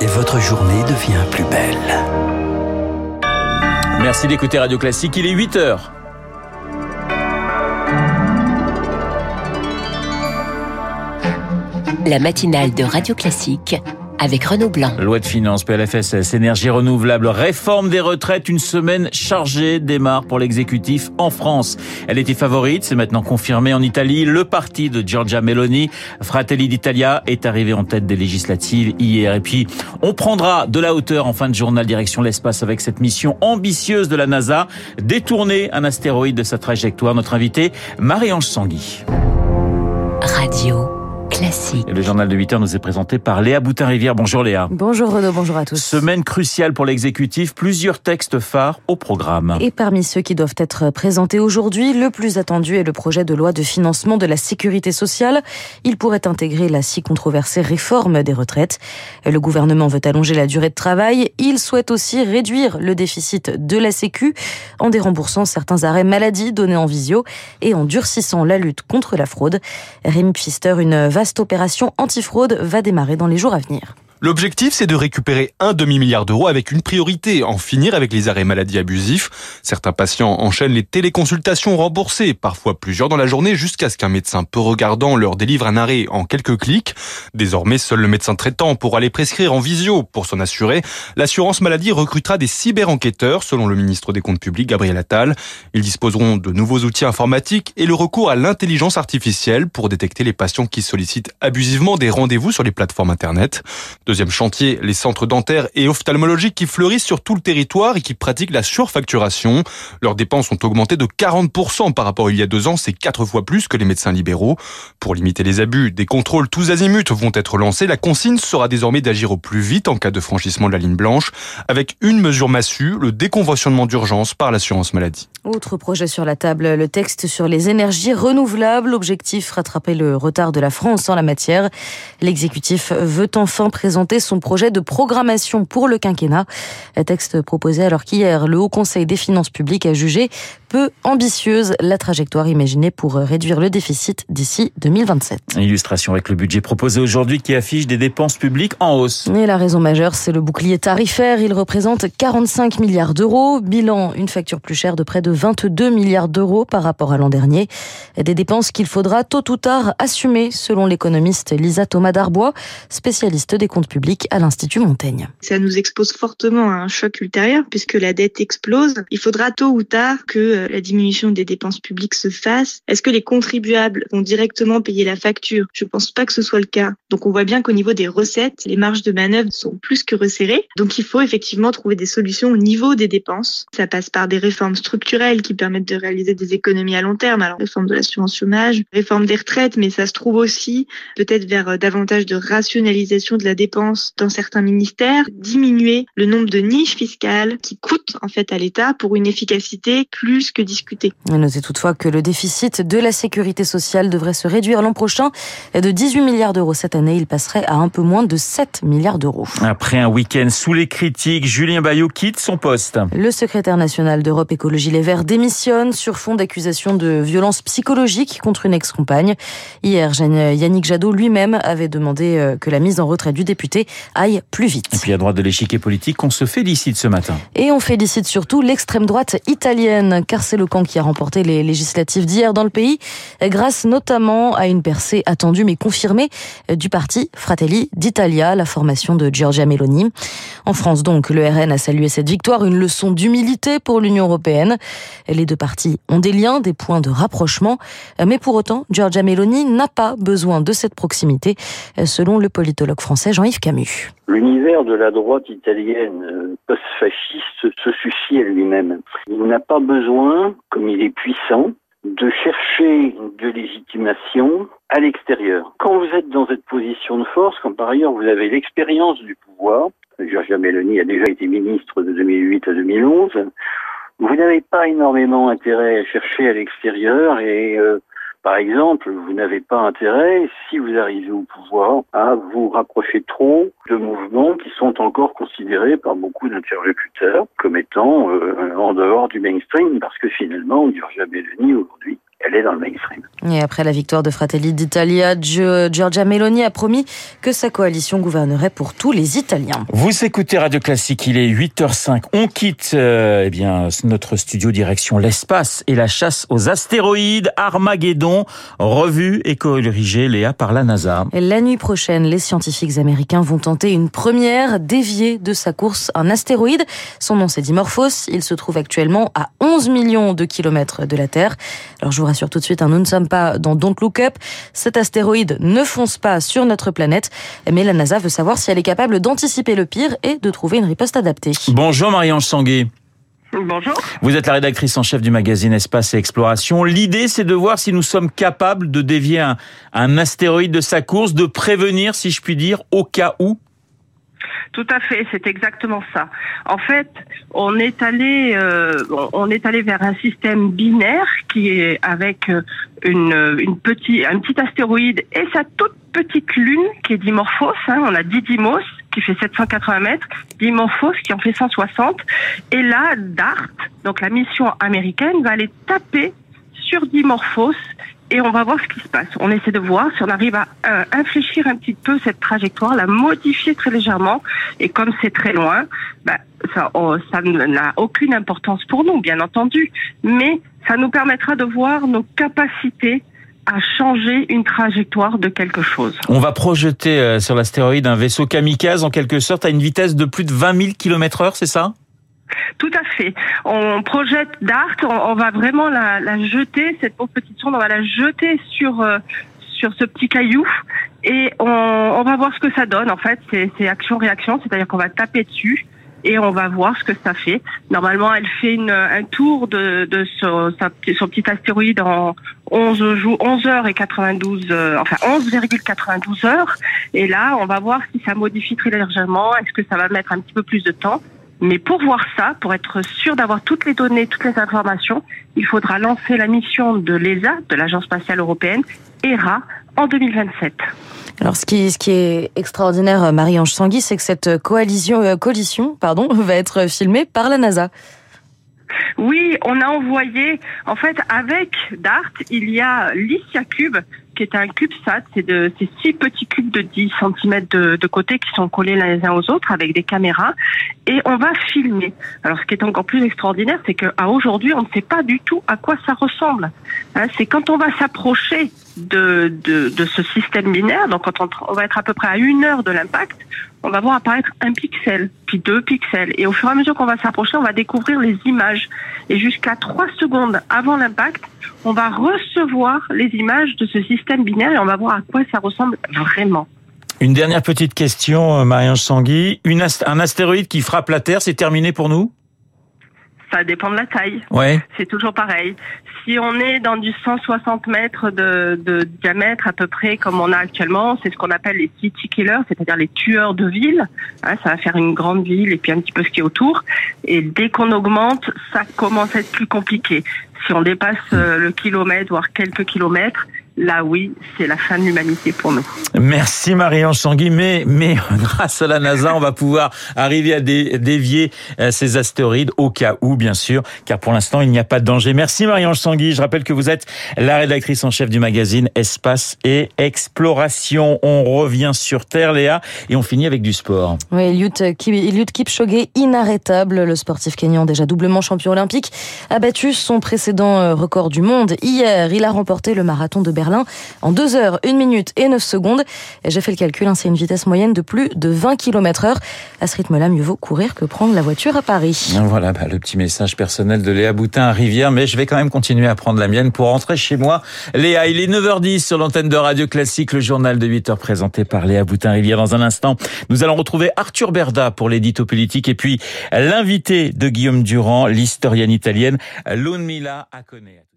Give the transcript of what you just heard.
votre journée devient plus belle. Merci d'écouter Radio Classique, il est 8h. La matinale de Radio Classique avec Renaud Blanc. Loi de finances, PLFSS, énergie renouvelable, réforme des retraites, une semaine chargée démarre pour l'exécutif en France. Elle était favorite, c'est maintenant confirmé en Italie. Le parti de Giorgia Meloni, Fratelli d'Italia, est arrivé en tête des législatives hier. Et puis, on prendra de la hauteur en fin de journal direction l'espace avec cette mission ambitieuse de la NASA, détourner un astéroïde de sa trajectoire. Notre invité, Marie-Ange Sangui. Radio Classique. Et le journal de 8h nous est présenté par Léa Boutin-Rivière. Bonjour Léa. Bonjour Renaud, bonjour à tous. Semaine cruciale pour l'exécutif, plusieurs textes phares au programme. Et parmi ceux qui doivent être présentés aujourd'hui, le plus attendu est le projet de loi de financement de la sécurité sociale. Il pourrait intégrer la si controversée réforme des retraites. Le gouvernement veut allonger la durée de travail. Il souhaite aussi réduire le déficit de la Sécu en déremboursant certains arrêts maladie donnés en visio et en durcissant la lutte contre la fraude. Rémi Pfister, une vaste opération antifraude va démarrer dans les jours à venir. L'objectif, c'est de récupérer un demi-milliard d'euros avec une priorité, en finir avec les arrêts maladie abusifs. Certains patients enchaînent les téléconsultations remboursées, parfois plusieurs dans la journée, jusqu'à ce qu'un médecin peu regardant leur délivre un arrêt en quelques clics. Désormais, seul le médecin traitant pourra les prescrire en visio. Pour s'en assurer, l'assurance maladie recrutera des cyber-enquêteurs, selon le ministre des Comptes publics, Gabriel Attal. Ils disposeront de nouveaux outils informatiques et le recours à l'intelligence artificielle pour détecter les patients qui sollicitent abusivement des rendez-vous sur les plateformes Internet. Deuxième chantier, les centres dentaires et ophtalmologiques qui fleurissent sur tout le territoire et qui pratiquent la surfacturation. Leurs dépenses ont augmenté de 40% par rapport à il y a 2 ans, c'est 4 fois plus que les médecins libéraux. Pour limiter les abus, des contrôles tous azimuts vont être lancés. La consigne sera désormais d'agir au plus vite en cas de franchissement de la ligne blanche, avec une mesure massue, le déconventionnement d'urgence par l'assurance maladie. Autre projet sur la table, le texte sur les énergies renouvelables. Objectif, rattraper le retard de la France en la matière. L'exécutif veut enfin présenter son projet de programmation pour le quinquennat. Un texte proposé alors qu'hier, le Haut Conseil des finances publiques a jugé peu ambitieuse la trajectoire imaginée pour réduire le déficit d'ici 2027. Illustration avec le budget proposé aujourd'hui qui affiche des dépenses publiques en hausse. Et la raison majeure, c'est le bouclier tarifaire. Il représente 45 milliards d'euros. Bilan, une facture plus chère de près de 22 milliards d'euros par rapport à l'an dernier. Des dépenses qu'il faudra tôt ou tard assumer, selon l'économiste Lisa Thomas Darbois, spécialiste des comptes publics à l'Institut Montaigne. Ça nous expose fortement à un choc ultérieur puisque la dette explose. Il faudra tôt ou tard que la diminution des dépenses publiques se fasse. Est-ce que les contribuables vont directement payer la facture ? Je pense pas que ce soit le cas. Donc on voit bien qu'au niveau des recettes, les marges de manœuvre sont plus que resserrées. Donc il faut effectivement trouver des solutions au niveau des dépenses. Ça passe par des réformes structurelles qui permettent de réaliser des économies à long terme. Alors réforme de l'assurance chômage, réforme des retraites, mais ça se trouve aussi peut-être vers davantage de rationalisation de la dépense dans certains ministères, diminuer le nombre de niches fiscales qui coûtent en fait à l'État pour une efficacité plus que discutée. Notez toutefois que le déficit de la sécurité sociale devrait se réduire l'an prochain de 18 milliards d'euros cette année. Il passerait à un peu moins de 7 milliards d'euros. Après un week-end sous les critiques, Julien Bayot quitte son poste. Le secrétaire national d'Europe Écologie Les Verts démissionne sur fond d'accusations de violence psychologique contre une ex-compagne. Hier, Yannick Jadot lui-même avait demandé que la mise en retrait du député aille plus vite. Et puis à droite de l'échiquier politique, on se félicite ce matin. Et on félicite surtout l'extrême droite italienne, car c'est le camp qui a remporté les législatives d'hier dans le pays, grâce notamment à une percée attendue mais confirmée du parti Fratelli d'Italia, la formation de Giorgia Meloni. En France donc, le RN a salué cette victoire, une leçon d'humilité pour l'Union européenne. Les deux partis ont des liens, des points de rapprochement, mais pour autant, Giorgia Meloni n'a pas besoin de cette proximité, selon le politologue français Jean-Yves Camus. L'univers de la droite italienne post-fasciste se suffit à lui-même. Il n'a pas besoin, comme il est puissant, de chercher de légitimation à l'extérieur. Quand vous êtes dans cette position de force, quand par ailleurs vous avez l'expérience du pouvoir, Giorgia Meloni a déjà été ministre de 2008 à 2011, vous n'avez pas énormément intérêt à chercher à l'extérieur et par exemple, vous n'avez pas intérêt, si vous arrivez au pouvoir, à vous rapprocher trop de mouvements qui sont encore considérés par beaucoup d'interlocuteurs comme étant en dehors du mainstream, parce que finalement, Giorgia Meloni, aujourd'hui, elle est dans le mainstream. Et après la victoire de Fratelli d'Italia, Giorgia Meloni a promis que sa coalition gouvernerait pour tous les Italiens. Vous écoutez Radio Classique, il est 8h05. On quitte notre studio direction l'espace et la chasse aux astéroïdes. Armageddon, revue et corrigée, Léa, par la NASA. Et la nuit prochaine, les scientifiques américains vont tenter une première, dévier de sa course un astéroïde. Son nom, c'est Dimorphos. Il se trouve actuellement à 11 millions de kilomètres de la Terre. Alors je vous rassure tout de suite, nous ne sommes pas dans Don't Look Up. Cet astéroïde ne fonce pas sur notre planète, mais la NASA veut savoir si elle est capable d'anticiper le pire et de trouver une riposte adaptée. Bonjour Marie-Ange Sangué. Bonjour. Vous êtes la rédactrice en chef du magazine Espace et Exploration. L'idée, c'est de voir si nous sommes capables de dévier un astéroïde de sa course, de prévenir, si je puis dire, au cas où. Tout à fait, c'est exactement ça. En fait, on est allé vers un système binaire qui est avec un petit astéroïde et sa toute petite lune qui est Dimorphos. On a Didymos qui fait 780 mètres, Dimorphos qui en fait 160. Et là, DART, donc la mission américaine, va aller taper sur Dimorphos. Et on va voir ce qui se passe. On essaie de voir si on arrive à infléchir un petit peu cette trajectoire, la modifier très légèrement. Et comme c'est très loin, ça n'a aucune importance pour nous, bien entendu. Mais ça nous permettra de voir nos capacités à changer une trajectoire de quelque chose. On va projeter sur l'astéroïde un vaisseau kamikaze, en quelque sorte, à une vitesse de plus de 20 000 km/h, c'est ça ? Tout à fait. On projette DART, on va vraiment la jeter, cette pauvre petite sonde, on va la jeter sur ce petit caillou et on va voir ce que ça donne. En fait, c'est action-réaction, c'est-à-dire qu'on va taper dessus et on va voir ce que ça fait. Normalement, elle fait un tour de son petit astéroïde en 11 heures et 11,92 heures. Et là, on va voir si ça modifie très légèrement. Est-ce que ça va mettre un petit peu plus de temps? Mais pour voir ça, pour être sûr d'avoir toutes les données, toutes les informations, il faudra lancer la mission de l'ESA, de l'Agence spatiale européenne, ERA, en 2027. Alors, ce qui est extraordinaire, Marie-Ange Sanguy, c'est que cette collision, va être filmée par la NASA. Oui, on a envoyé, en fait, avec DART, il y a l'ISIA-Cube, qui est un CubeSat, c'est 6 petits cubes de 10 cm de côté qui sont collés les uns aux autres avec des caméras et on va filmer. Alors ce qui est encore plus extraordinaire, c'est qu'à aujourd'hui, on ne sait pas du tout à quoi ça ressemble. C'est quand on va s'approcher de ce système binaire, donc quand on va être à peu près à 1 heure de l'impact, on va voir apparaître 1 pixel, puis 2 pixels. Et au fur et à mesure qu'on va s'approcher, on va découvrir les images. Et jusqu'à 3 secondes avant l'impact, on va recevoir les images de ce système binaire et on va voir à quoi ça ressemble vraiment. Une dernière petite question, Marie-Ange Sanguy. Un astéroïde qui frappe la Terre, c'est terminé pour nous ? Ça dépend de la taille. Ouais. C'est toujours pareil. Si on est dans du 160 mètres de diamètre à peu près comme on a actuellement, c'est ce qu'on appelle les city killers, c'est-à-dire les tueurs de ville. Ça va faire une grande ville et puis un petit peu ce qui est autour. Et dès qu'on augmente, ça commence à être plus compliqué. Si on dépasse le kilomètre, voire quelques kilomètres, là oui, c'est la fin de l'humanité pour nous. Merci Marie-Ange Sanguy, mais grâce à la NASA, on va pouvoir arriver à dévier ces astéroïdes au cas où, bien sûr, car pour l'instant, il n'y a pas de danger. Merci Marie-Ange Sanguy. Je rappelle que vous êtes la rédactrice en chef du magazine Espace et Exploration. On revient sur Terre, Léa, et on finit avec du sport. Oui, Eliud Kipchoge, inarrêtable. Le sportif kényan, déjà doublement champion olympique, a battu son précédent record du monde. Hier, il a remporté le marathon de Berlin en 2 heures, 1 minute et 9 secondes. J'ai fait le calcul, c'est une vitesse moyenne de plus de 20 km/h. À ce rythme-là, mieux vaut courir que prendre la voiture à Paris. Voilà, le petit message personnel de Léa Boutin à Rivière, mais je vais quand même continuer à prendre la mienne pour rentrer chez moi. Léa, il est 9h10 sur l'antenne de Radio Classique, le journal de 8h présenté par Léa Boutin-Rivière. Dans un instant, nous allons retrouver Arthur Berda pour l'édito politique et puis l'invité de Guillaume Durand, l'historienne italienne Lunmila Acone.